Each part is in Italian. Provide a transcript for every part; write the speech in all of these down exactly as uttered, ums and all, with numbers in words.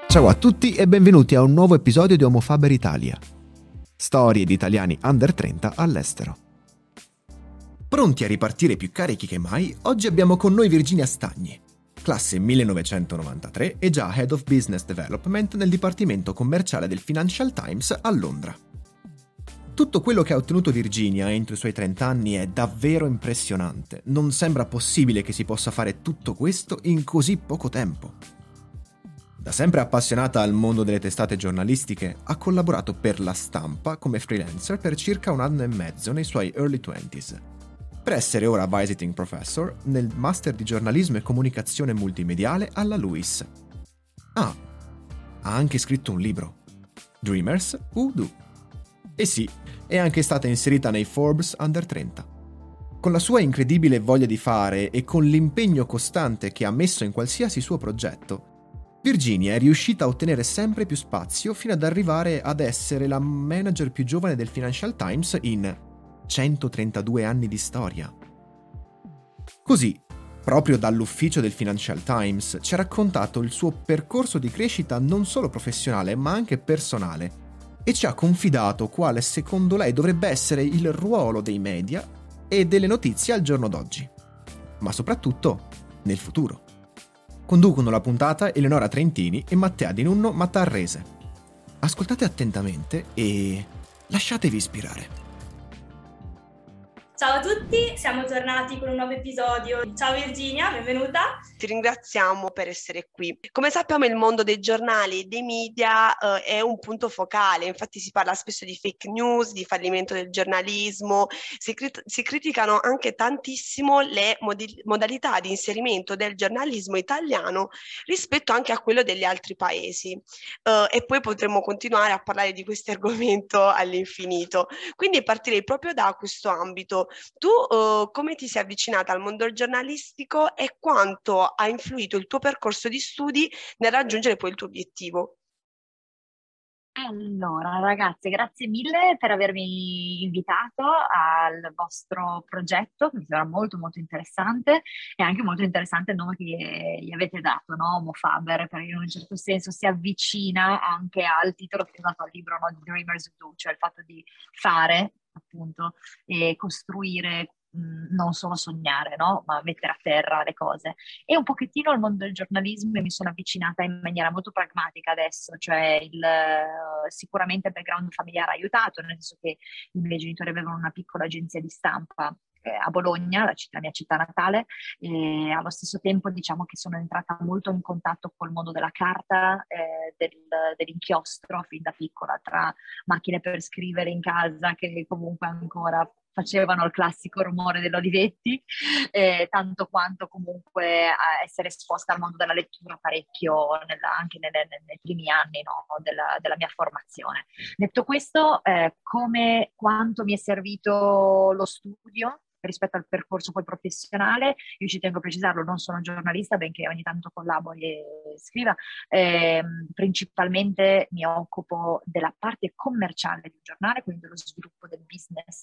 Ciao a tutti e benvenuti a un nuovo episodio di Homofaber Italia. Storie di italiani under trenta all'estero. Pronti a ripartire più carichi che mai, oggi abbiamo con noi Virginia Stagni, classe millenovecentonovantatré e già Head of Business Development nel Dipartimento Commerciale del Financial Times a Londra. Tutto quello che ha ottenuto Virginia entro i suoi trenta anni è davvero impressionante. Non sembra possibile che si possa fare tutto questo in così poco tempo. Da sempre appassionata al mondo delle testate giornalistiche, ha collaborato per La Stampa come freelancer per circa un anno e mezzo nei suoi early twenties, per essere ora visiting professor nel Master di Giornalismo e Comunicazione Multimediale alla LUISS. Ah, ha anche scritto un libro, Dreamers Who Do. E sì, è anche stata inserita nei Forbes under trenta. Con la sua incredibile voglia di fare e con l'impegno costante che ha messo in qualsiasi suo progetto, Virginia è riuscita a ottenere sempre più spazio fino ad arrivare ad essere la manager più giovane del Financial Times in centotrentadue anni di storia. Così, proprio dall'ufficio del Financial Times, ci ha raccontato il suo percorso di crescita non solo professionale ma anche personale e ci ha confidato quale secondo lei dovrebbe essere il ruolo dei media e delle notizie al giorno d'oggi, ma soprattutto nel futuro. Conducono la puntata Eleonora Trentini e Mattea Di Nunno Matarrese. Ascoltate attentamente e lasciatevi ispirare. Ciao a tutti, siamo tornati con un nuovo episodio. Ciao Virginia, benvenuta. Ti ringraziamo per essere qui. Come sappiamo, il mondo dei giornali e dei media eh, è un punto focale, infatti si parla spesso di fake news, di fallimento del giornalismo, si, crit- si criticano anche tantissimo le modi- modalità di inserimento del giornalismo italiano rispetto anche a quello degli altri paesi. Eh, e poi potremmo continuare a parlare di questo argomento all'infinito. Quindi partirei proprio da questo ambito. Tu uh, come ti sei avvicinata al mondo giornalistico e quanto ha influito il tuo percorso di studi nel raggiungere poi il tuo obiettivo? Allora, ragazze, grazie mille per avermi invitato al vostro progetto, che mi sembra molto molto interessante e anche molto interessante il nome che gli avete dato, no? Homofaber, perché in un certo senso si avvicina anche al titolo che ho dato al libro, no? Di Dreamers Who Do, cioè il fatto di fare, appunto, e costruire, mh, non solo sognare, no? Ma mettere a terra le cose. E un pochettino al mondo del giornalismo e mi sono avvicinata in maniera molto pragmatica adesso, cioè il, uh, sicuramente il background familiare ha aiutato, nel senso che i miei genitori avevano una piccola agenzia di stampa eh, a Bologna, la, città, la mia città natale, e allo stesso tempo diciamo che sono entrata molto in contatto col mondo della carta, eh, del, dell'inchiostro fin da piccola, tra macchine per scrivere in casa che comunque ancora facevano il classico rumore dell'Olivetti, eh, tanto quanto comunque a essere esposta al mondo della lettura parecchio nella, anche nelle, nei primi anni, no, della, della mia formazione. Detto questo, eh, come quanto mi è servito lo studio rispetto al percorso poi professionale, io ci tengo a precisarlo, non sono giornalista, benché ogni tanto collabori e scriva, eh, principalmente mi occupo della parte commerciale di un giornale, quindi dello sviluppo del business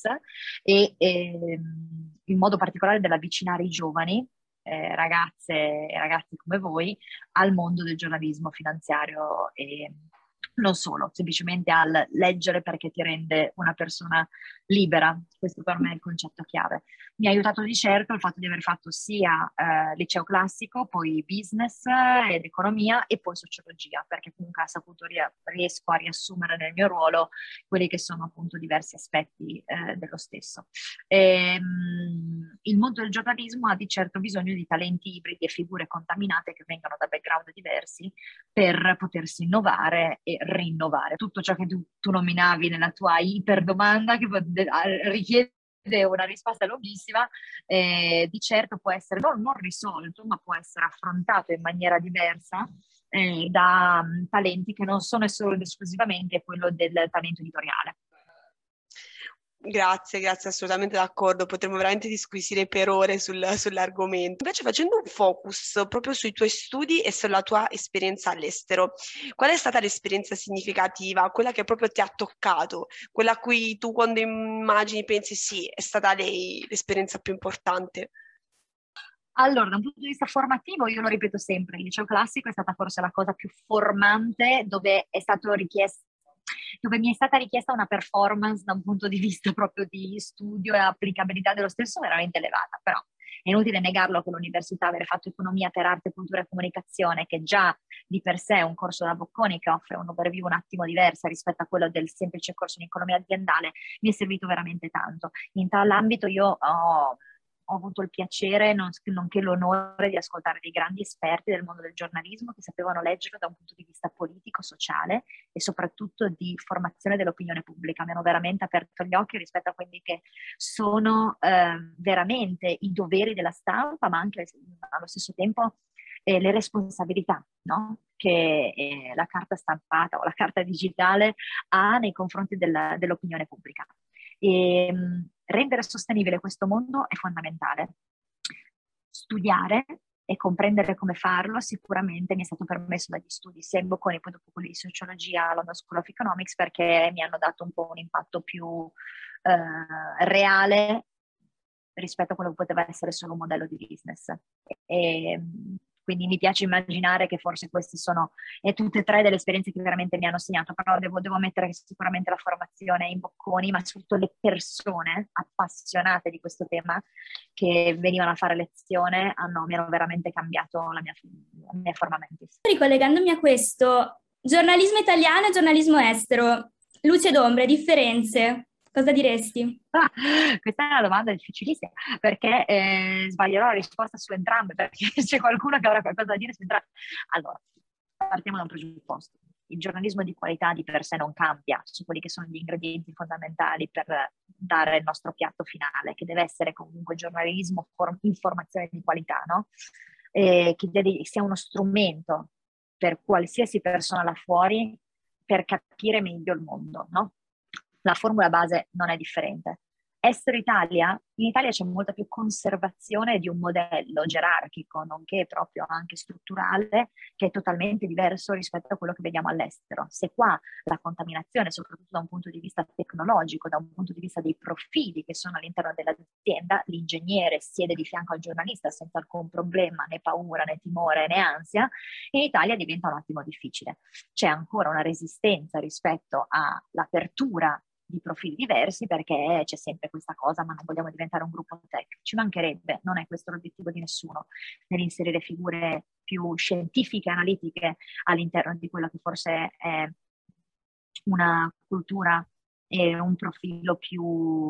e eh, in modo particolare dell'avvicinare i giovani, eh, ragazze e ragazzi come voi, al mondo del giornalismo finanziario e non solo, semplicemente al leggere perché ti rende una persona libera. Questo per me è il concetto chiave. Mi ha aiutato di certo il fatto di aver fatto sia eh, liceo classico, poi business ed economia e poi sociologia, perché comunque ha saputo ria- riesco a riassumere nel mio ruolo quelli che sono appunto diversi aspetti eh, dello stesso. E, mh, il mondo del giornalismo ha di certo bisogno di talenti ibridi e figure contaminate che vengano da background diversi per potersi innovare e rinnovare. Tutto ciò che tu, tu nominavi nella tua iperdomanda che richiede una risposta lunghissima, eh, di certo può essere non, non risolto, ma può essere affrontato in maniera diversa eh, da um, talenti che non sono solo ed esclusivamente quello del talento editoriale. Grazie, grazie, assolutamente d'accordo. Potremmo veramente disquisire per ore sul, sull'argomento. Invece, facendo un focus proprio sui tuoi studi e sulla tua esperienza all'estero, qual è stata l'esperienza significativa, quella che proprio ti ha toccato, quella a cui tu quando immagini pensi sì, è stata lei l'esperienza più importante? Allora, da un punto di vista formativo, io lo ripeto sempre, il liceo classico è stata forse la cosa più formante, dove è stato richiesto, dove mi è stata richiesta una performance da un punto di vista proprio di studio e applicabilità dello stesso veramente elevata, però è inutile negarlo con l'università, aver fatto economia per arte, cultura e comunicazione, che già di per sé è un corso da Bocconi che offre un overview un attimo diversa rispetto a quello del semplice corso in economia aziendale, mi è servito veramente tanto. In tale io ho ho avuto il piacere, non, nonché l'onore di ascoltare dei grandi esperti del mondo del giornalismo che sapevano leggerlo da un punto di vista politico, sociale e soprattutto di formazione dell'opinione pubblica. Mi hanno veramente aperto gli occhi rispetto a quelli che sono eh, veramente i doveri della stampa, ma anche allo stesso tempo eh, le responsabilità, no? Che eh, la carta stampata o la carta digitale ha nei confronti della, dell'opinione pubblica. E mh, rendere sostenibile questo mondo è fondamentale. Studiare e comprendere come farlo sicuramente mi è stato permesso dagli studi sia in Bocconi, poi dopo quelli di sociologia alla London School of Economics, perché mi hanno dato un po' un impatto più eh, reale rispetto a quello che poteva essere solo un modello di business. E, quindi mi piace immaginare che forse queste sono e tutte e tre delle esperienze che veramente mi hanno segnato, però devo, devo ammettere che sicuramente la formazione in Bocconi, ma soprattutto le persone appassionate di questo tema che venivano a fare lezione hanno, mi hanno veramente cambiato la mia, la mia forma mentis. Ricollegandomi a questo, giornalismo italiano e giornalismo estero, luce ed ombre, differenze, cosa diresti? Ah, questa è una domanda difficilissima perché eh, sbaglierò la risposta su entrambe, perché c'è qualcuno che avrà qualcosa da dire su entrambe. Allora, partiamo da un presupposto. Il giornalismo di qualità di per sé non cambia su quelli che sono gli ingredienti fondamentali per dare il nostro piatto finale, che deve essere comunque giornalismo, form- informazione di qualità, no? E che deve, sia uno strumento per qualsiasi persona là fuori per capire meglio il mondo, no? La formula base non è differente. Estero Italia, in Italia c'è molta più conservazione di un modello gerarchico, nonché proprio anche strutturale, che è totalmente diverso rispetto a quello che vediamo all'estero. Se qua la contaminazione, soprattutto da un punto di vista tecnologico, da un punto di vista dei profili che sono all'interno dell'azienda, l'ingegnere siede di fianco al giornalista senza alcun problema, né paura, né timore, né ansia, in Italia diventa un attimo difficile. C'è ancora una resistenza rispetto all'apertura di profili diversi perché c'è sempre questa cosa, ma non vogliamo diventare un gruppo tech. Ci mancherebbe, non è questo l'obiettivo di nessuno, nell'inserire figure più scientifiche, analitiche all'interno di quello che forse è una cultura e un profilo più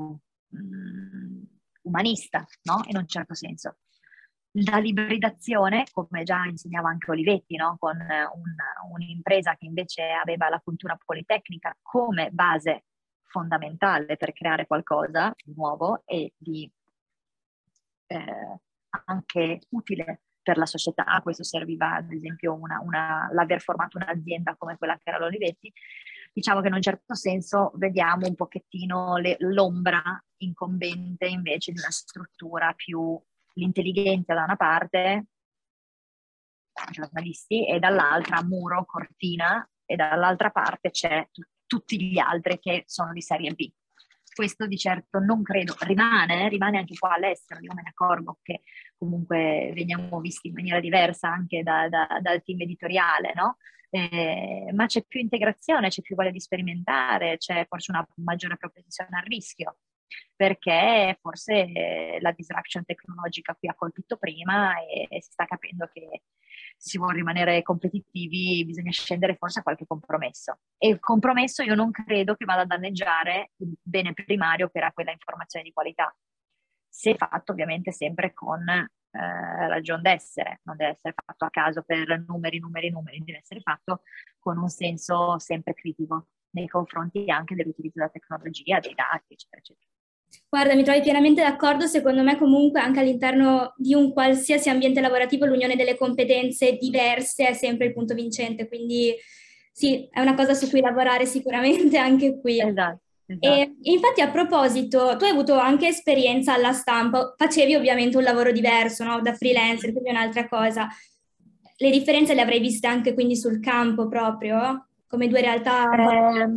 um, umanista, no? In un certo senso. La ibridazione, come già insegnava anche Olivetti, no? Con un, un'impresa che invece aveva la cultura politecnica come base fondamentale per creare qualcosa di nuovo e di eh, anche utile per la società. A questo serviva ad esempio una, una, l'aver formato un'azienda come quella che era l'Olivetti. Diciamo che in un certo senso vediamo un pochettino le, l'ombra incombente invece di una struttura più l'intelligenza da una parte, giornalisti, e dall'altra muro, cortina, e dall'altra parte c'è t- tutti gli altri che sono di serie B. Questo di certo non credo, rimane, rimane anche qua all'estero, io me ne accorgo che comunque veniamo visti in maniera diversa anche da, da, dal team editoriale, no? Eh, ma c'è più integrazione, c'è più voglia di sperimentare, c'è forse una maggiore propensione al rischio, perché forse eh, la disruption tecnologica qui ha colpito prima e, e si sta capendo che se si vuole rimanere competitivi bisogna scendere forse a qualche compromesso. E il compromesso io non credo che vada a danneggiare il bene primario che era quella informazione di qualità, se fatto ovviamente sempre con eh, ragion d'essere, non deve essere fatto a caso per numeri, numeri, numeri, deve essere fatto con un senso sempre critico nei confronti anche dell'utilizzo della tecnologia, dei dati, eccetera, eccetera. Guarda, mi trovi pienamente d'accordo, secondo me comunque anche all'interno di un qualsiasi ambiente lavorativo l'unione delle competenze diverse è sempre il punto vincente, quindi sì, è una cosa su cui lavorare sicuramente anche qui. Esatto, esatto. E infatti a proposito, tu hai avuto anche esperienza alla stampa, facevi ovviamente un lavoro diverso, no? Da freelancer, quindi un'altra cosa. Le differenze le avrei viste anche quindi sul campo proprio, come due realtà un po' Eh,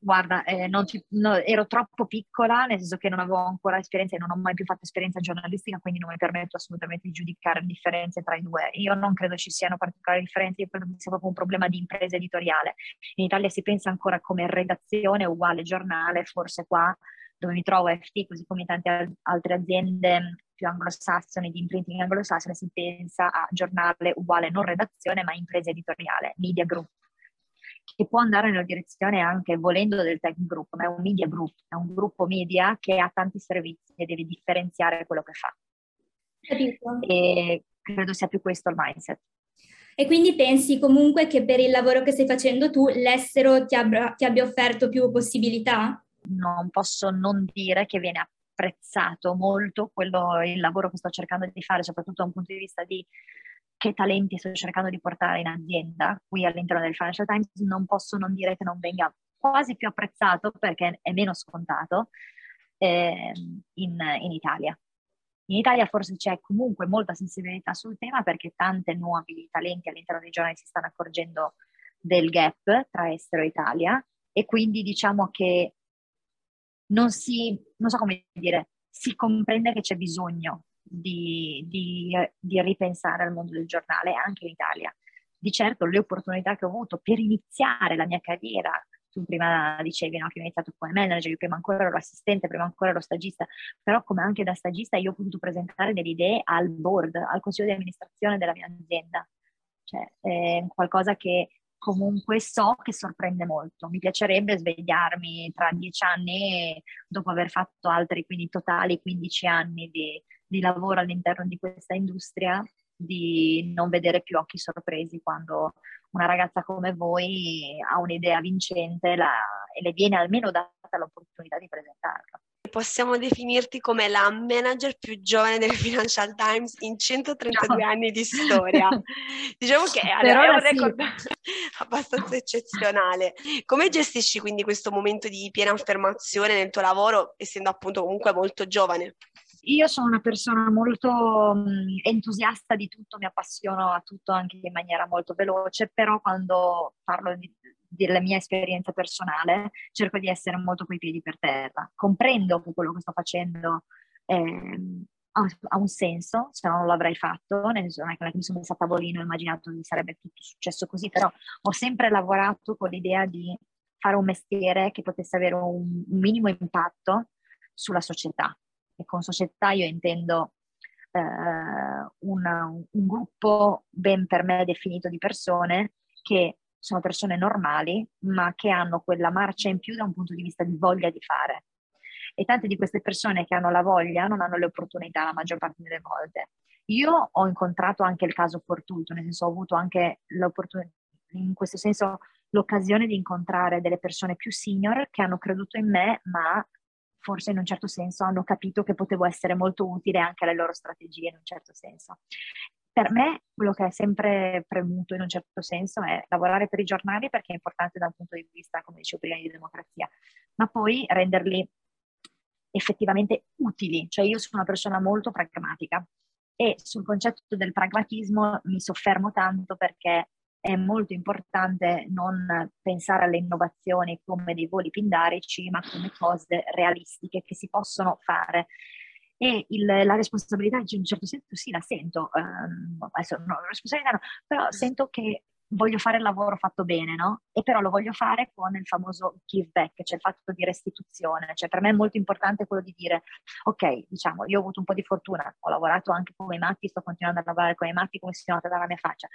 Guarda, eh, non ci- no, ero troppo piccola, nel senso che non avevo ancora esperienza e non ho mai più fatto esperienza giornalistica, quindi non mi permetto assolutamente di giudicare le differenze tra i due. Io non credo ci siano particolari differenze, io credo che sia proprio un problema di impresa editoriale. In Italia si pensa ancora come redazione uguale giornale, forse qua dove mi trovo a F T, così come in tante al- altre aziende più anglosassoni, di imprinting anglosassone, si pensa a giornale uguale non redazione, ma impresa editoriale, media group, che può andare nella direzione anche volendo del tech group, ma è un media group, è un gruppo media che ha tanti servizi e deve differenziare quello che fa. Capito? E credo sia più questo il mindset. E quindi pensi comunque che per il lavoro che stai facendo tu l'estero ti abbia, ti abbia offerto più possibilità? Non posso non dire che viene apprezzato molto quello, il lavoro che sto cercando di fare, soprattutto da un punto di vista di che talenti sto cercando di portare in azienda. Qui all'interno del Financial Times non posso non dire che non venga quasi più apprezzato, perché è meno scontato, eh, in, in Italia. In Italia forse c'è comunque molta sensibilità sul tema, perché tanti nuovi talenti all'interno dei giornali si stanno accorgendo del gap tra estero e Italia, e quindi diciamo che non si, non so come dire, si comprende che c'è bisogno di, di, di ripensare al mondo del giornale anche in Italia. Di certo le opportunità che ho avuto per iniziare la mia carriera, tu prima dicevi, no, che ho iniziato come manager, io prima ancora ero assistente, prima ancora ero stagista, però come anche da stagista io ho potuto presentare delle idee al board, al consiglio di amministrazione della mia azienda. Cioè, è qualcosa che comunque so che sorprende molto. Mi piacerebbe svegliarmi tra dieci anni, dopo aver fatto altri, quindi totali quindici anni di, di lavoro all'interno di questa industria, di non vedere più occhi sorpresi quando una ragazza come voi ha un'idea vincente la, e le viene almeno data l'opportunità di presentarla. Possiamo definirti come la manager più giovane del Financial Times in centotrentadue No. anni di storia. Diciamo che è, Per è ora un record sì. abbastanza eccezionale. Come gestisci quindi questo momento di piena affermazione nel tuo lavoro, essendo appunto comunque molto giovane? Io sono una persona molto mh, entusiasta di tutto, mi appassiono a tutto anche in maniera molto veloce, però quando parlo di, della mia esperienza personale cerco di essere molto coi piedi per terra. Comprendo che quello che sto facendo ehm, ha, ha un senso, se no non l'avrei fatto, nel senso non è che mi sono messa a tavolino e ho immaginato che sarebbe tutto successo così, però ho sempre lavorato con l'idea di fare un mestiere che potesse avere un, un minimo impatto sulla società. E con società io intendo eh, una, un gruppo ben per me definito di persone che sono persone normali, ma che hanno quella marcia in più da un punto di vista di voglia di fare. E tante di queste persone che hanno la voglia non hanno le opportunità la maggior parte delle volte. Io ho incontrato anche il caso fortuito, nel senso ho avuto anche l'opportunità, in questo senso, l'occasione di incontrare delle persone più senior che hanno creduto in me, ma forse in un certo senso hanno capito che potevo essere molto utile anche alle loro strategie in un certo senso. Per me quello che è sempre premuto in un certo senso è lavorare per i giornali, perché è importante da un punto di vista, come dicevo prima, di democrazia, ma poi renderli effettivamente utili. Cioè io sono una persona molto pragmatica e sul concetto del pragmatismo mi soffermo tanto, perché è molto importante non pensare alle innovazioni come dei voli pindarici, ma come cose realistiche che si possono fare. E il, la responsabilità, in un certo senso, sì, la sento, um, adesso no, la responsabilità no, però sento che voglio fare il lavoro fatto bene, no? E però lo voglio fare con il famoso give back, cioè il fatto di restituzione. Cioè per me è molto importante quello di dire, ok, diciamo, io ho avuto un po' di fortuna, ho lavorato anche come i matti, sto continuando a lavorare come i matti, come si nota dalla mia faccia.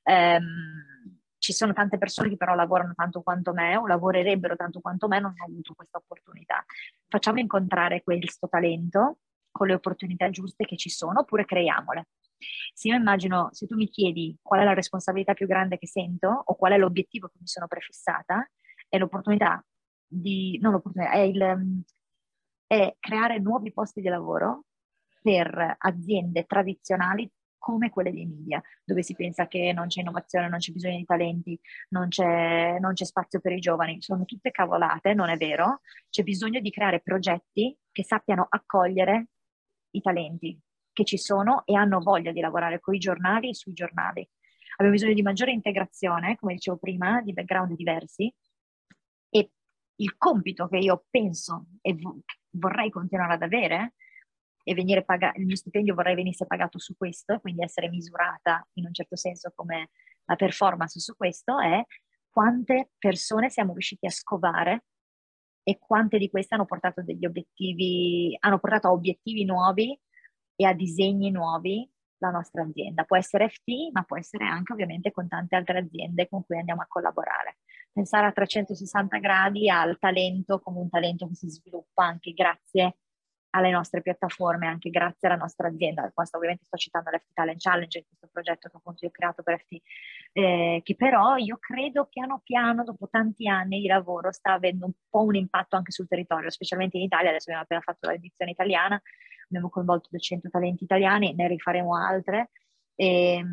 Um, ci sono tante persone che però lavorano tanto quanto me o lavorerebbero tanto quanto me, non hanno avuto questa opportunità. Facciamo incontrare questo talento con le opportunità giuste che ci sono, oppure creiamole. Se io immagino, se tu mi chiedi qual è la responsabilità più grande che sento o qual è l'obiettivo che mi sono prefissata, è l'opportunità di, non l'opportunità, è, il, è creare nuovi posti di lavoro per aziende tradizionali come quelle dei media, dove si pensa che non c'è innovazione, non c'è bisogno di talenti, non c'è, non c'è spazio per i giovani. Sono tutte cavolate, non è vero. C'è bisogno di creare progetti che sappiano accogliere i talenti che ci sono e hanno voglia di lavorare con i giornali e sui giornali. Abbiamo bisogno di maggiore integrazione, come dicevo prima, di background diversi, e il compito che io penso e vo- vorrei continuare ad avere e venire pagato, il mio stipendio vorrei venisse pagato su questo, quindi essere misurata in un certo senso come la performance su questo, è quante persone siamo riusciti a scovare e quante di queste hanno portato degli obiettivi, hanno portato a obiettivi nuovi e a disegni nuovi la nostra azienda. Può essere F T, ma può essere anche ovviamente con tante altre aziende con cui andiamo a collaborare. Pensare a trecentosessanta gradi al talento come un talento che si sviluppa anche grazie alle nostre piattaforme, anche grazie alla nostra azienda. Questo ovviamente sto citando l'F T Talent Challenge, questo progetto che appunto io ho creato per F T, eh, che però io credo piano piano, dopo tanti anni di lavoro, sta avendo un po' un impatto anche sul territorio, specialmente in Italia. Adesso abbiamo appena fatto l'edizione italiana, abbiamo coinvolto duecento talenti italiani, ne rifaremo altre. E,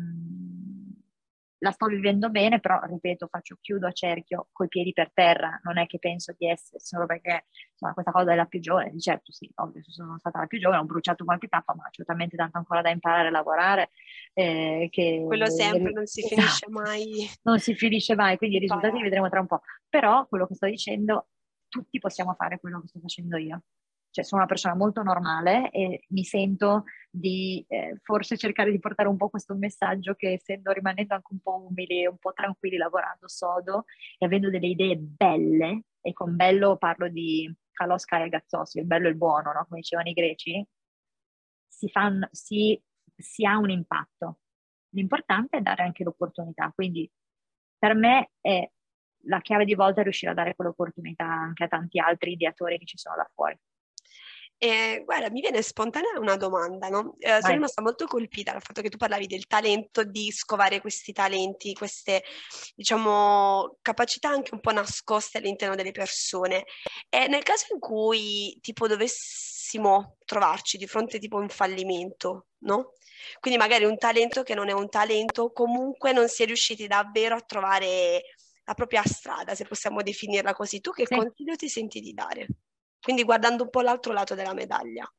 la sto vivendo bene, però ripeto, faccio chiudo a cerchio coi piedi per terra, non è che penso di essere solo perché insomma, questa cosa è la più giovane. Di certo sì, ovvio, sono stata la più giovane, ho bruciato qualche tappa, ma c'ho talmente tanto ancora da imparare a lavorare eh, che Quello sempre, non si esatto, finisce mai. non si finisce mai, quindi i risultati li vedremo tra un po'. Però quello che sto dicendo, tutti possiamo fare quello che sto facendo io. Cioè sono una persona molto normale e mi sento di eh, forse cercare di portare un po' questo messaggio che, essendo rimanendo anche un po' umili e un po' tranquilli, lavorando sodo e avendo delle idee belle, e con bello parlo di kalos kai agazzos, il bello e il buono, no? Come dicevano i greci, si, fanno, si, si ha un impatto. L'importante è dare anche l'opportunità, quindi per me è la chiave di volta è riuscire a dare quell'opportunità anche a tanti altri ideatori che ci sono là fuori. Eh, guarda, mi viene spontanea una domanda, no? Eh, sono Vai. rimasta molto colpita dal fatto che tu parlavi del talento, di scovare questi talenti, queste, diciamo, capacità anche un po' nascoste all'interno delle persone. E nel caso in cui, tipo, dovessimo trovarci di fronte tipo a un fallimento, no? Quindi magari un talento che non è un talento, comunque non si è riusciti davvero a trovare la propria strada, se possiamo definirla così. Tu che Sì. consiglio ti senti di dare? Quindi guardando un po' l'altro lato della medaglia.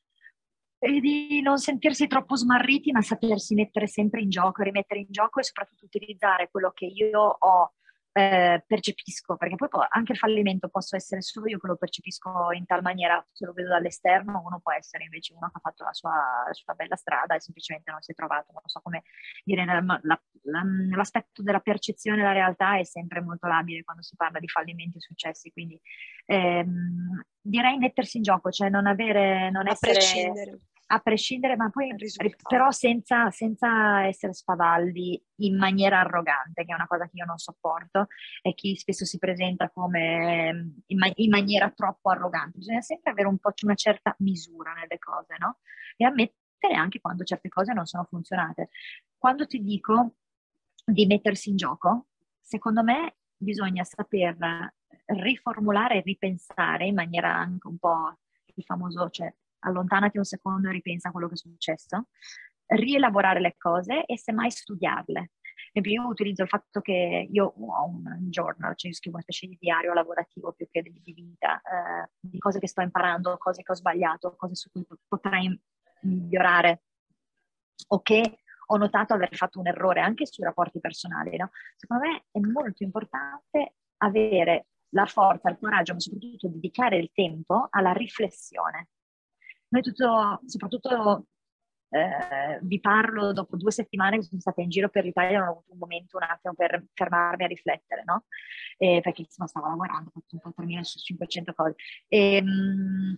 E di non sentirsi troppo smarriti, ma sapersi mettere sempre in gioco, rimettere in gioco e soprattutto utilizzare quello che io ho, eh, percepisco, perché poi può- anche il fallimento posso essere solo io che lo percepisco in tal maniera, se lo vedo dall'esterno, uno può essere invece uno che ha fatto la sua, la sua bella strada e semplicemente non si è trovato, non so come dire, la- la- la- l'aspetto della percezione della realtà è sempre molto labile quando si parla di fallimenti e successi, quindi ehm, direi mettersi in gioco, cioè non avere, non A essere prescindere a prescindere, ma poi dal ri- risultato. però senza, senza essere spavaldi in maniera arrogante, che è una cosa che io non sopporto, e chi spesso si presenta come ehm, in, ma- in maniera troppo arrogante. Bisogna sempre avere un po' una certa misura nelle cose, no? E ammettere anche quando certe cose non sono funzionate. Quando ti dico di mettersi in gioco, secondo me bisogna saper riformulare e ripensare in maniera anche un po' il famoso, cioè allontanati un secondo e ripensa a quello che è successo, rielaborare le cose e semmai studiarle. Per esempio, io utilizzo il fatto che io ho un journal, cioè io scrivo una specie di diario lavorativo più che di vita, eh, di cose che sto imparando, cose che ho sbagliato, cose su cui potrei migliorare o che ho notato aver fatto un errore anche sui rapporti personali. No? Secondo me è molto importante avere la forza, il coraggio, ma soprattutto dedicare il tempo alla riflessione. Noi tutto, soprattutto eh, vi parlo dopo due settimane che sono stata in giro per l'Italia, non ho avuto un momento un attimo per fermarmi a riflettere, no? Eh, perché insomma stavo lavorando, ho fatto un po' tremilacinquecento cose. E, mh,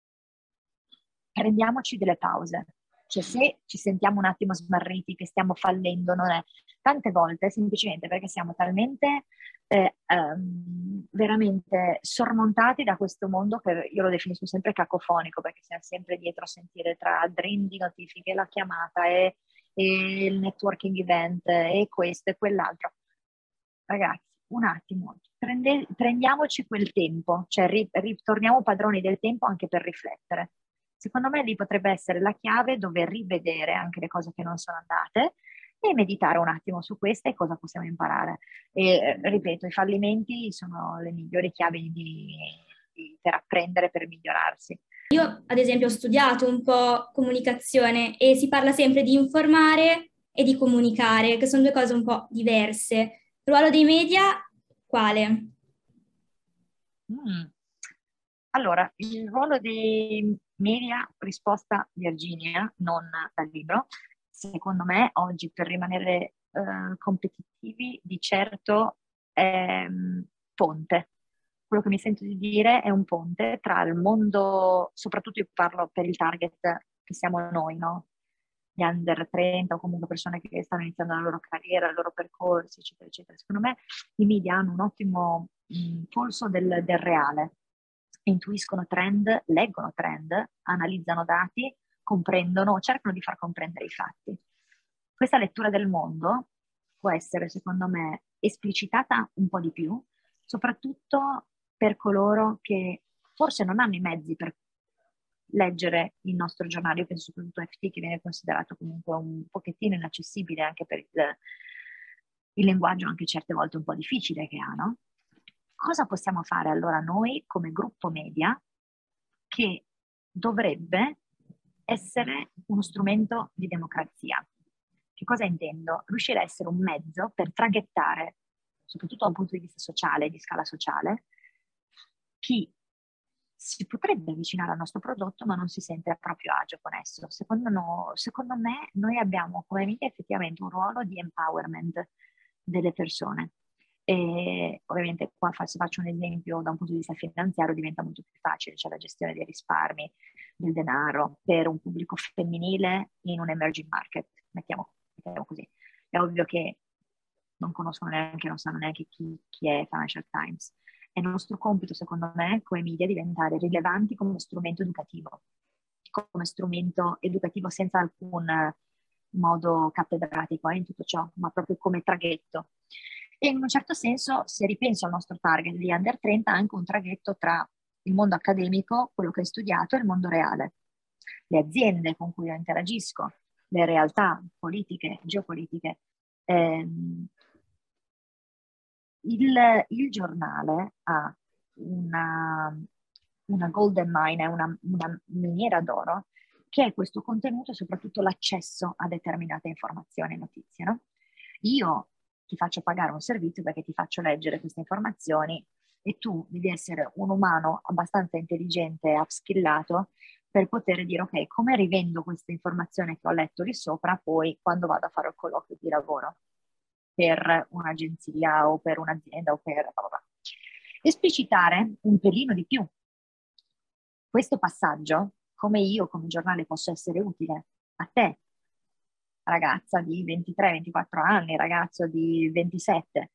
prendiamoci delle pause. Cioè se ci sentiamo un attimo smarriti, che stiamo fallendo, non è tante volte semplicemente perché siamo talmente eh, um, veramente sormontati da questo mondo che io lo definisco sempre cacofonico, perché siamo sempre dietro a sentire tra dream di notifiche, la chiamata e, e il networking event e questo e quell'altro. Ragazzi, un attimo, prende, prendiamoci quel tempo, cioè ri, ritorniamo padroni del tempo anche per riflettere. Secondo me lì potrebbe essere la chiave dove rivedere anche le cose che non sono andate e meditare un attimo su queste e cosa possiamo imparare. E ripeto, i fallimenti sono le migliori chiavi di, di, per apprendere, per migliorarsi. Io, ad esempio, ho studiato un po' comunicazione e si parla sempre di informare e di comunicare, che sono due cose un po' diverse. Il ruolo dei media, quale? Mm. Allora, il ruolo dei media, risposta Virginia, non dal libro. Secondo me oggi per rimanere eh, competitivi di certo è um, ponte. Quello che mi sento di dire è un ponte tra il mondo, soprattutto io parlo per il target che siamo noi, no? Gli under trenta o comunque persone che stanno iniziando la loro carriera, i loro percorsi, eccetera, eccetera. Secondo me i media hanno un ottimo mh, polso del, del reale, intuiscono trend, leggono trend, analizzano dati, comprendono, cercano di far comprendere i fatti. Questa lettura del mondo può essere, secondo me, esplicitata un po' di più, soprattutto per coloro che forse non hanno i mezzi per leggere il nostro giornale. Io penso soprattutto a F T, che viene considerato comunque un pochettino inaccessibile anche per il, il linguaggio anche certe volte un po' difficile che ha, no? Cosa possiamo fare allora noi come gruppo media che dovrebbe essere uno strumento di democrazia? Che cosa intendo? Riuscire a essere un mezzo per traghettare, soprattutto da un punto di vista sociale, di scala sociale, chi si potrebbe avvicinare al nostro prodotto ma non si sente a proprio agio con esso. Secondo, no, secondo me noi abbiamo come media effettivamente un ruolo di empowerment delle persone. E ovviamente qua se faccio un esempio da un punto di vista finanziario diventa molto più facile, cioè la gestione dei risparmi, del denaro per un pubblico femminile in un emerging market, mettiamo, mettiamo così. È ovvio che non conoscono neanche, non sanno neanche chi, chi è Financial Times. È nostro compito, secondo me, come media, diventare rilevanti come strumento educativo, come strumento educativo senza alcun modo cattedratico eh, in tutto ciò, ma proprio come traghetto. E in un certo senso, se ripenso al nostro target di under trenta, è anche un traghetto tra il mondo accademico, quello che hai studiato, e il mondo reale. Le aziende con cui io interagisco, le realtà politiche, geopolitiche. Ehm, il, il giornale ha una, una golden mine, una, una miniera d'oro, che è questo contenuto e soprattutto l'accesso a determinate informazioni e notizie, no? Io ti faccio pagare un servizio perché ti faccio leggere queste informazioni e tu devi essere un umano abbastanza intelligente e upskillato per poter dire ok, come rivendo questa informazione che ho letto lì sopra poi quando vado a fare il colloquio di lavoro per un'agenzia o per un'azienda o per... Esplicitare un pelino di più questo passaggio, come io come giornale posso essere utile a te, ragazza di ventitré ventiquattro anni, ragazzo di ventisette,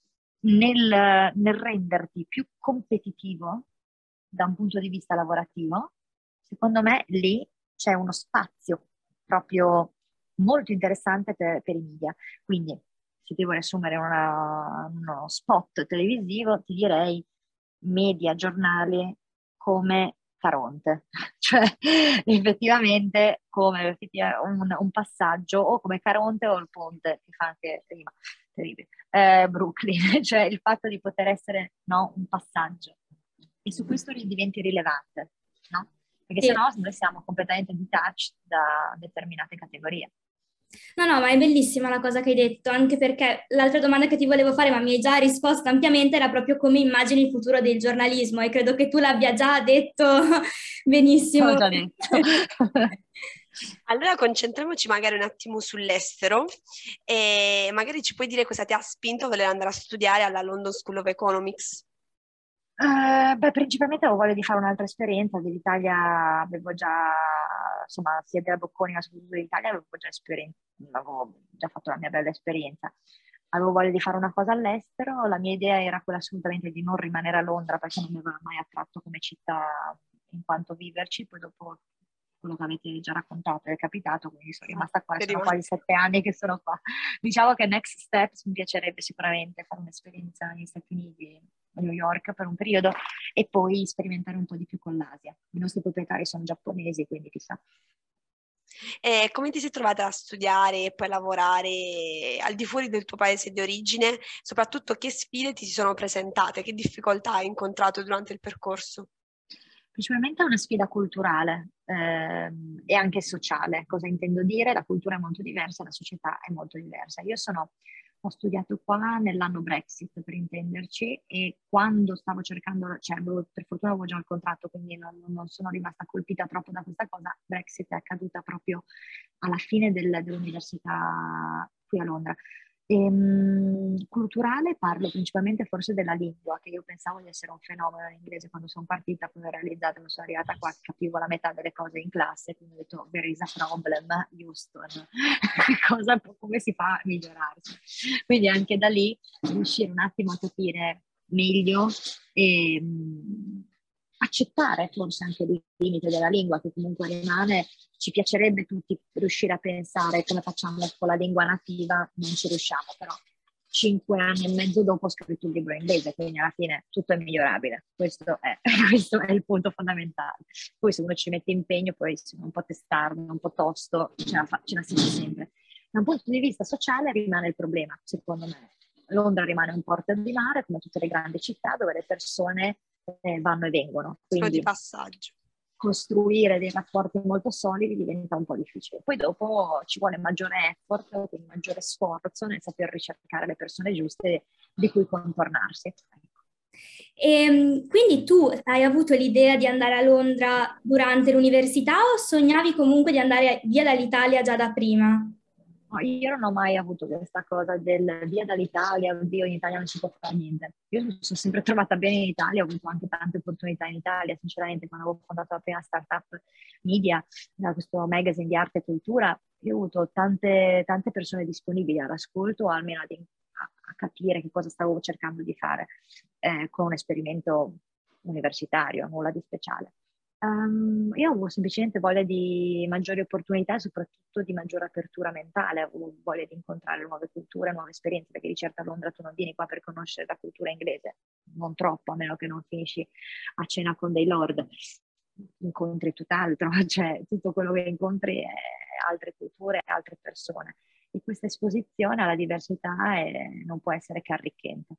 nel, nel renderti più competitivo da un punto di vista lavorativo. Secondo me lì c'è uno spazio proprio molto interessante per, per i media. Quindi se devo riassumere una, uno spot televisivo, ti direi media, giornale come Caronte, cioè effettivamente come un, un passaggio o come Caronte o il ponte che fa anche prima, terribile, eh, Brooklyn, cioè il fatto di poter essere no, un passaggio e su questo diventi rilevante, no? Perché Sì. sennò noi siamo completamente detached da determinate categorie. No, no, ma è bellissima la cosa che hai detto, anche perché l'altra domanda che ti volevo fare, ma mi hai già risposto ampiamente, era proprio come immagini il futuro del giornalismo e credo che tu l'abbia già detto benissimo. L'ho già detto. Allora concentriamoci magari un attimo sull'estero e magari ci puoi dire cosa ti ha spinto a voler andare a studiare alla London School of Economics? Uh, beh, principalmente avevo voglia di fare un'altra esperienza. Dell'Italia avevo già, insomma, sia della Bocconi ma soprattutto dell'Italia avevo già, esperen- avevo già fatto la mia bella esperienza. Avevo voglia di fare una cosa all'estero, la mia idea era quella assolutamente di non rimanere a Londra perché non mi aveva mai attratto come città in quanto viverci, poi dopo quello che avete già raccontato è capitato, quindi sono rimasta qua, sono quasi sette anni che sono qua. Diciamo che next steps mi piacerebbe sicuramente fare un'esperienza negli Stati Uniti, a New York per un periodo e poi sperimentare un po' di più con l'Asia. I nostri proprietari sono giapponesi, quindi chissà. E come ti sei trovata a studiare e poi lavorare al di fuori del tuo paese di origine? Soprattutto che sfide ti si sono presentate? Che difficoltà hai incontrato durante il percorso? Principalmente è una sfida culturale ehm, e anche sociale. Cosa intendo dire? La cultura è molto diversa, la società è molto diversa. Io sono Ho studiato qua nell'anno Brexit, per intenderci, e quando stavo cercando, cioè avevo, per fortuna avevo già il contratto, quindi non, non sono rimasta colpita troppo da questa cosa. Brexit è accaduta proprio alla fine del- dell'università qui a Londra. Ehm, culturale parlo principalmente forse della lingua, che io pensavo di essere un fenomeno in inglese quando sono partita, poi ho realizzato che sono arrivata qua, capivo la metà delle cose in classe, quindi ho detto there is a problem, Houston, cosa, come si fa a migliorarsi? Quindi anche da lì riuscire un attimo a capire meglio e mh, accettare forse anche il limite della lingua, che comunque rimane. Ci piacerebbe tutti riuscire a pensare come facciamo con la lingua nativa, non ci riusciamo, però cinque anni e mezzo dopo ho scritto un libro in inglese, quindi alla fine tutto è migliorabile. Questo è, questo è il punto fondamentale. Poi se uno ci mette impegno, poi se uno è un po' testardo, un po' tosto, ce la, fa, ce la si fa sempre. Da un punto di vista sociale rimane il problema, secondo me. Londra rimane un porto di mare, come tutte le grandi città, dove le persone eh, vanno e vengono. Sono di Quindi passaggio. costruire dei rapporti molto solidi diventa un po' difficile. Poi dopo ci vuole maggiore effort, quindi maggiore sforzo nel saper ricercare le persone giuste di cui contornarsi. E, quindi tu hai avuto l'idea di andare a Londra durante l'università o sognavi comunque di andare via dall'Italia già da prima? No, io non ho mai avuto questa cosa del via dall'Italia, oddio, in Italia non si può fare niente. Io mi sono sempre trovata bene in Italia, ho avuto anche tante opportunità in Italia, sinceramente, quando avevo fondato la prima startup media, da questo magazine di arte e cultura, io ho avuto tante, tante persone disponibili all'ascolto, o almeno ad, a, a capire che cosa stavo cercando di fare eh, con un esperimento universitario, nulla di speciale. Um, io avevo semplicemente voglia di maggiori opportunità e soprattutto di maggiore apertura mentale, avevo voglia di incontrare nuove culture, nuove esperienze, perché di certo a Londra tu non vieni qua per conoscere la cultura inglese, non troppo, a meno che non finisci a cena con dei lord, incontri tutt'altro, cioè tutto quello che incontri è altre culture, altre persone. E questa esposizione alla diversità è, non può essere che arricchente.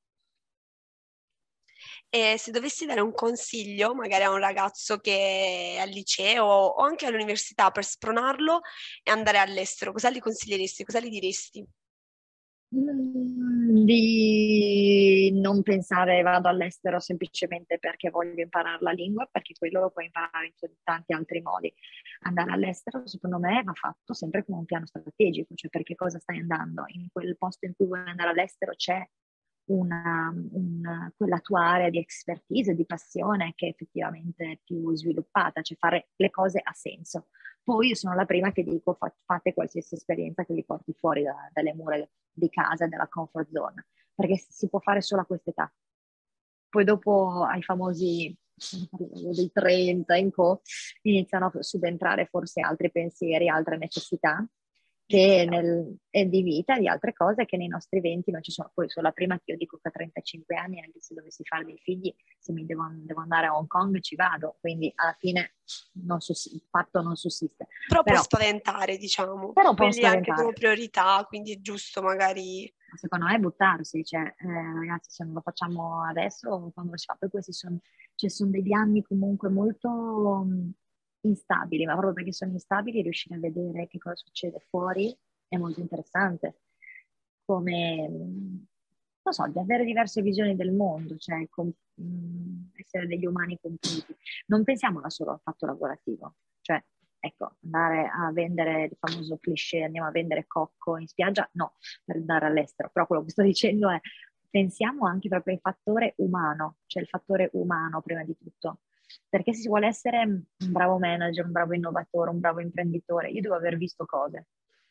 E se dovessi dare un consiglio, magari a un ragazzo che è al liceo o anche all'università per spronarlo e andare all'estero, cosa gli consiglieresti? Cosa gli diresti? Mm, Di non pensare vado all'estero semplicemente perché voglio imparare la lingua, perché quello lo puoi imparare in tanti altri modi. Andare all'estero, secondo me, va fatto sempre con un piano strategico, cioè perché cosa stai andando. In quel posto in cui vuoi andare all'estero c'è una, una, quella tua area di expertise, di passione che è effettivamente più sviluppata, cioè fare le cose ha senso. Poi io sono la prima che dico fa, fate qualsiasi esperienza che vi porti fuori da, dalle mura di casa, dalla comfort zone, perché si può fare solo a quest'età. Poi dopo ai famosi dei trenta in co iniziano a subentrare forse altri pensieri, altre necessità che nel, è di vita, di altre cose che nei nostri venti non ci sono. Poi sono la prima che io dico che a trentacinque anni, anche se dovessi fare dei figli, se mi devo, devo andare a Hong Kong ci vado, quindi alla fine non suss- il fatto non sussiste. Però, Però, può spaventare, diciamo. però può Quelli anche come spaventare. priorità, quindi è giusto magari... Secondo me è buttarsi, cioè, eh, ragazzi, se non lo facciamo adesso, quando lo si fa, poi questi sono, cioè, sono degli anni comunque molto mh, instabili, ma proprio perché sono instabili riuscire a vedere che cosa succede fuori è molto interessante, come, mh, non so, di avere diverse visioni del mondo, cioè com- mh, essere degli umani completi. Non pensiamo solo al fatto lavorativo, cioè ecco, andare a vendere il famoso cliché, andiamo a vendere cocco in spiaggia, no, per andare all'estero, però quello che sto dicendo è, pensiamo anche proprio al fattore umano, cioè il fattore umano prima di tutto, perché se si vuole essere un bravo manager, un bravo innovatore, un bravo imprenditore, io devo aver visto cose.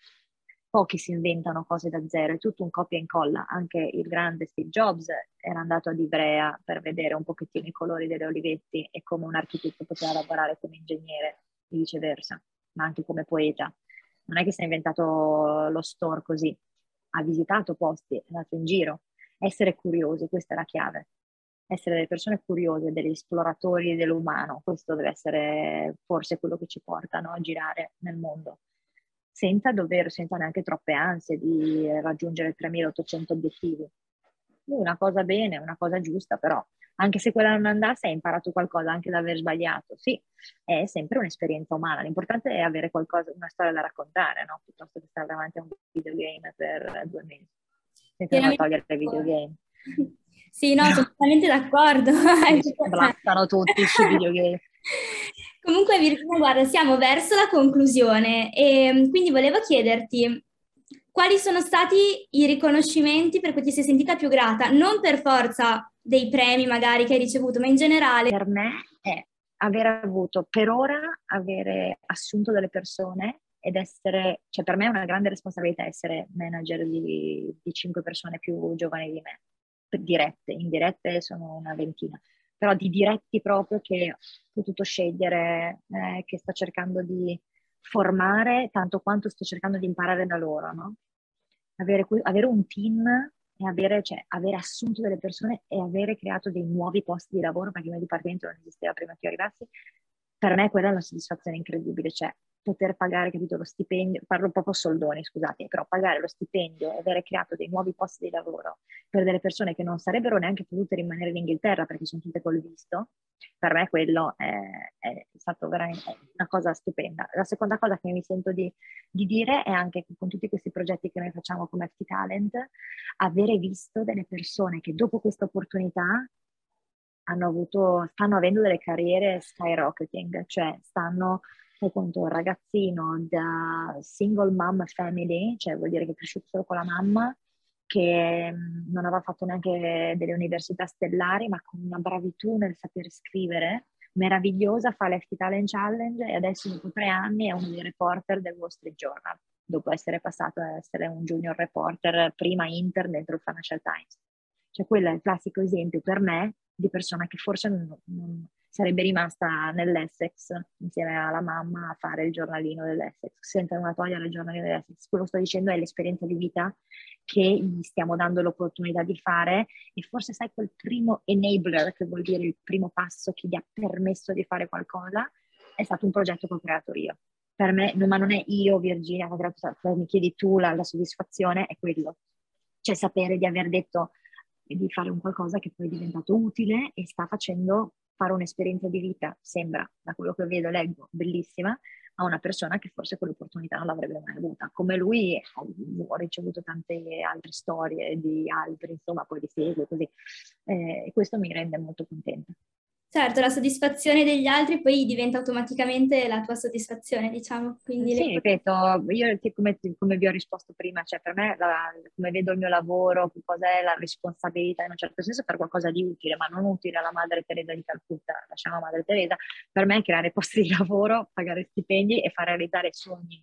Pochi si inventano cose da zero, è tutto un copia e incolla. Anche il grande Steve Jobs era andato ad Ivrea per vedere un pochettino i colori delle olivetti e come un architetto poteva lavorare come ingegnere e viceversa, ma anche come poeta. Non è che si è inventato lo store così, ha visitato posti, è andato in giro. Essere curiosi, questa è la chiave. Essere delle persone curiose, degli esploratori dell'umano, questo deve essere forse quello che ci porta, no, a girare nel mondo, senza dover, senza neanche troppe ansie di raggiungere tremilaottocento obiettivi. Una cosa bene, una cosa giusta, però anche se quella non andasse hai imparato qualcosa anche da aver sbagliato. Sì, è sempre un'esperienza umana. L'importante è avere qualcosa, una storia da raccontare, no? Piuttosto che stare davanti a un videogame per due mesi. senza Pienamente togliere i d'accordo. videogame. Sì, no, sono totalmente d'accordo. Si blaffano tutti sui videogame. Comunque, Virginia, guarda, siamo verso la conclusione e quindi volevo chiederti quali sono stati i riconoscimenti per cui ti sei sentita più grata, non per forza dei premi magari che hai ricevuto, ma in generale. Per me è aver avuto per ora, avere assunto delle persone ed essere, cioè per me è una grande responsabilità essere manager di, di cinque persone più giovani di me, dirette, indirette sono una ventina, però di diretti proprio che ho potuto scegliere, eh, che sto cercando di formare tanto quanto sto cercando di imparare da loro, no? Avere, avere un team e avere, cioè, avere assunto delle persone e avere creato dei nuovi posti di lavoro, perché il mio dipartimento non esisteva prima che io arrivassi, per me quella è una soddisfazione incredibile, cioè poter pagare, capito, lo stipendio, parlo proprio soldoni, scusate, però pagare lo stipendio e avere creato dei nuovi posti di lavoro per delle persone che non sarebbero neanche potute rimanere in Inghilterra perché sono tutte col visto, per me quello è, è stato veramente una cosa stupenda. La seconda cosa che mi sento di, di dire è anche che con tutti questi progetti che noi facciamo come F T Talent, avere visto delle persone che dopo questa opportunità hanno avuto, stanno avendo delle carriere skyrocketing, cioè stanno, fai conto, un ragazzino da single mom family, cioè vuol dire che è cresciuto solo con la mamma, che mh, non aveva fatto neanche delle università stellari, ma con una bravitù nel saper scrivere meravigliosa, fa l'F T Talent Challenge e adesso dopo tre anni è uno dei reporter del Wall Street Journal, dopo essere passato a essere un junior reporter prima Inter dentro il Financial Times. Cioè quello è il classico esempio per me di persona che forse non, non sarebbe rimasta nell'Essex insieme alla mamma a fare il giornalino dell'Essex, senza una togliere il giornalino dell'Essex. Quello che sto dicendo è l'esperienza di vita che gli stiamo dando l'opportunità di fare e forse sai quel primo enabler, che vuol dire il primo passo che gli ha permesso di fare qualcosa, è stato un progetto che ho creato io. Per me, ma non è io, Virginia, che ho creato, mi chiedi tu la, la soddisfazione, è quello. Cioè sapere di aver detto di fare un qualcosa che poi è diventato utile e sta facendo fare un'esperienza di vita, sembra, da quello che vedo, leggo, bellissima, a una persona che forse quell'opportunità non l'avrebbe mai avuta. Come lui ho ricevuto tante altre storie di altri, insomma, poi li seguo così. Eh, e questo mi rende molto contenta. Certo, la soddisfazione degli altri poi diventa automaticamente la tua soddisfazione, diciamo. Quindi sì, le... ripeto, io come, come vi ho risposto prima, cioè per me, la, come vedo il mio lavoro, che cos'è la responsabilità, in un certo senso per qualcosa di utile, ma non utile alla Madre Teresa di Calcutta, lasciamo Madre Teresa, per me è creare posti di lavoro, pagare stipendi e far realizzare sogni.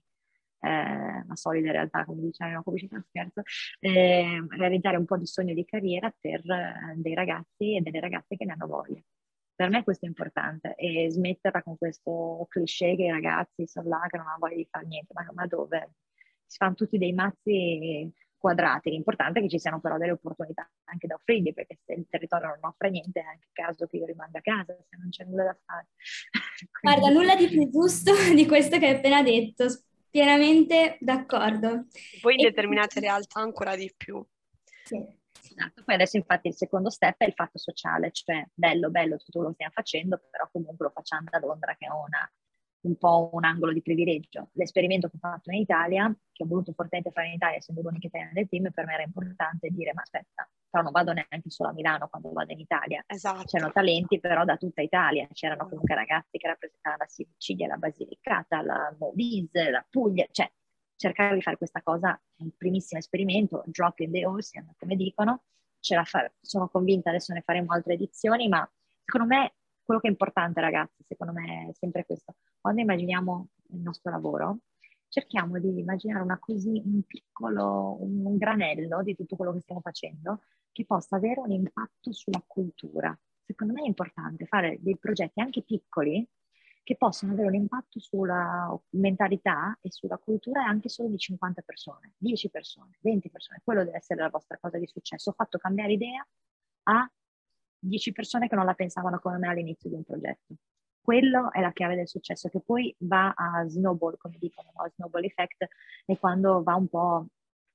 Eh, una solida realtà, come diceva una pubblicità, scherzo, eh, realizzare un po' di sogno di carriera per eh, dei ragazzi e delle ragazze che ne hanno voglia. Per me questo è importante e smetterla con questo cliché che i ragazzi sono là che non hanno voglia di fare niente, ma, ma dove? Si fanno tutti dei mazzi quadrati, l'importante è che ci siano però delle opportunità anche da offrirgli, perché se il territorio non offre niente è anche caso che io rimanga a casa se non c'è nulla da fare. Quindi... Guarda, nulla di più giusto di questo che hai appena detto, pienamente d'accordo. Poi in E... determinate realtà ancora di più. Sì. Esatto. Poi adesso infatti il secondo step è il fatto sociale, cioè bello, bello, tutto lo stiamo facendo, però comunque lo facciamo da Londra che è una, un po' un angolo di privilegio. L'esperimento che ho fatto in Italia, che ho voluto fortemente fare in Italia, essendo l'unica italiana del team, per me era importante dire, ma aspetta, però non vado neanche solo a Milano quando vado in Italia. Esatto. C'erano talenti però da tutta Italia, c'erano comunque ragazzi che rappresentavano la Sicilia, la Basilicata, la Molise, la Puglia, cioè cercare di fare questa cosa, un primissimo esperimento, drop in the ocean, come dicono, ce la fa- sono convinta, adesso ne faremo altre edizioni, ma secondo me quello che è importante, ragazzi, secondo me è sempre questo. Quando immaginiamo il nostro lavoro, cerchiamo di immaginare una così, un piccolo, un, un granello di tutto quello che stiamo facendo, che possa avere un impatto sulla cultura. Secondo me è importante fare dei progetti anche piccoli, che possono avere un impatto sulla mentalità e sulla cultura anche solo di cinquanta persone, dieci persone, venti persone. Quello deve essere la vostra cosa di successo. Ho fatto cambiare idea a dieci persone che non la pensavano come me all'inizio di un progetto. Quello è la chiave del successo, che poi va a snowball, come dicono, no? Snowball effect, è quando va un po',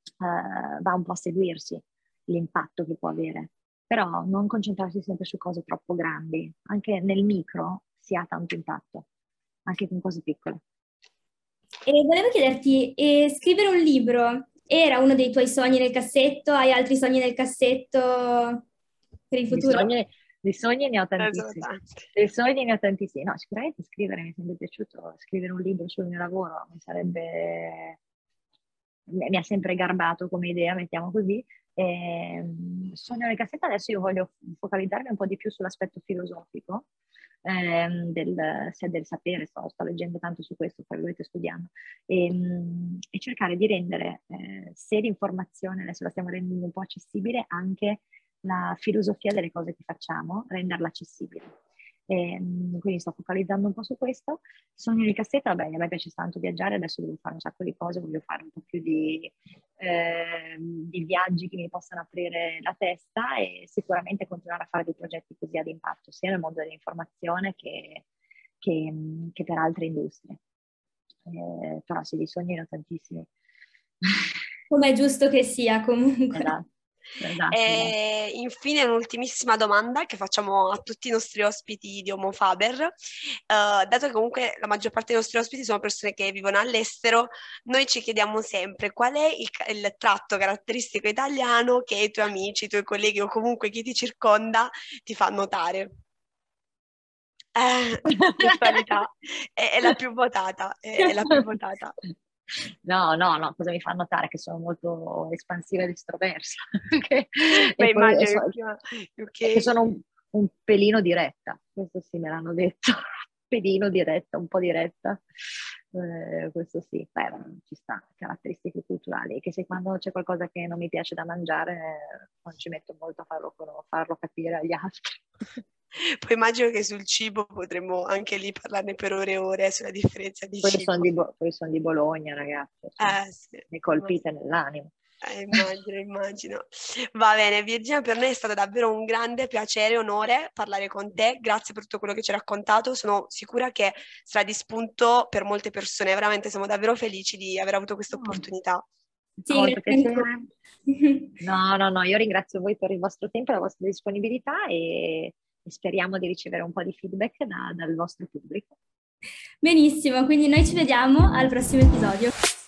uh, va un po' a seguirsi l'impatto che può avere. Però non concentrarsi sempre su cose troppo grandi, anche nel micro si ha tanto impatto, anche con cose piccole. E volevo chiederti, eh, scrivere un libro Era uno dei tuoi sogni nel cassetto? Hai altri sogni nel cassetto per il Di futuro? sogni, di sogni ne ho Eh, sono tantissimi. tanti. Di sogni ne ho tantissimi. No, sicuramente scrivere mi sarebbe piaciuto, scrivere un libro sul mio lavoro mi sarebbe, mi mi ha sempre garbato come idea, mettiamo così. Ehm, sogno nel cassetto, adesso io voglio focalizzarmi un po' di più sull'aspetto filosofico ehm, del, sia del sapere, sto, sto leggendo tanto su questo, poi lo avete studiando, e, e cercare di rendere, eh, se l'informazione adesso la stiamo rendendo un po' accessibile, anche la filosofia delle cose che facciamo, renderla accessibile. E, quindi sto focalizzando un po' su questo. Sogno di cassetta, vabbè, a me piace tanto viaggiare, adesso devo fare un sacco di cose, voglio fare un po' più di, eh, di viaggi che mi possano aprire la testa e sicuramente continuare a fare dei progetti così ad impatto, sia nel mondo dell'informazione che, che, che per altre industrie. Eh, però sì, di sogni ne ho tantissimi. Come è giusto che sia comunque. Esatto. Esatto, E esatto. infine un'ultimissima domanda che facciamo a tutti i nostri ospiti di Homo Faber. Uh, dato che comunque la maggior parte dei nostri ospiti sono persone che vivono all'estero, noi ci chiediamo sempre qual è il, il tratto caratteristico italiano che i tuoi amici, i tuoi colleghi o comunque chi ti circonda ti fa notare. Eh, puntualità è, è la più votata, è, è la più votata. No, no, no, cosa mi fa notare? Che sono molto espansiva ed estroversa. Beh, e poi immagino so, che, che che... sono un, un pelino diretta, questo sì me l'hanno detto, pelino diretta, un po' diretta, eh, questo sì, beh, ci sta, caratteristiche culturali, che se quando c'è qualcosa che non mi piace da mangiare non ci metto molto a farlo, farlo capire agli altri. Poi immagino che sul cibo potremmo anche lì parlarne per ore e ore sulla differenza di poi cibo. Sono di, Bo- poi sono di Bologna, ragazzi, cioè, Eh, sì, mi colpite nell'animo. Eh, immagino, immagino. Va bene, Virginia, per noi è stato davvero un grande piacere e onore parlare con te. Grazie per tutto quello che ci hai raccontato. Sono sicura che sarà di spunto per molte persone. Veramente siamo davvero felici di aver avuto questa opportunità. Sì, molto grazie piacere. No, no, no, io ringrazio voi per il vostro tempo e la vostra disponibilità e, e speriamo di ricevere un po' di feedback da, dal vostro pubblico. Benissimo, quindi noi ci vediamo al prossimo episodio.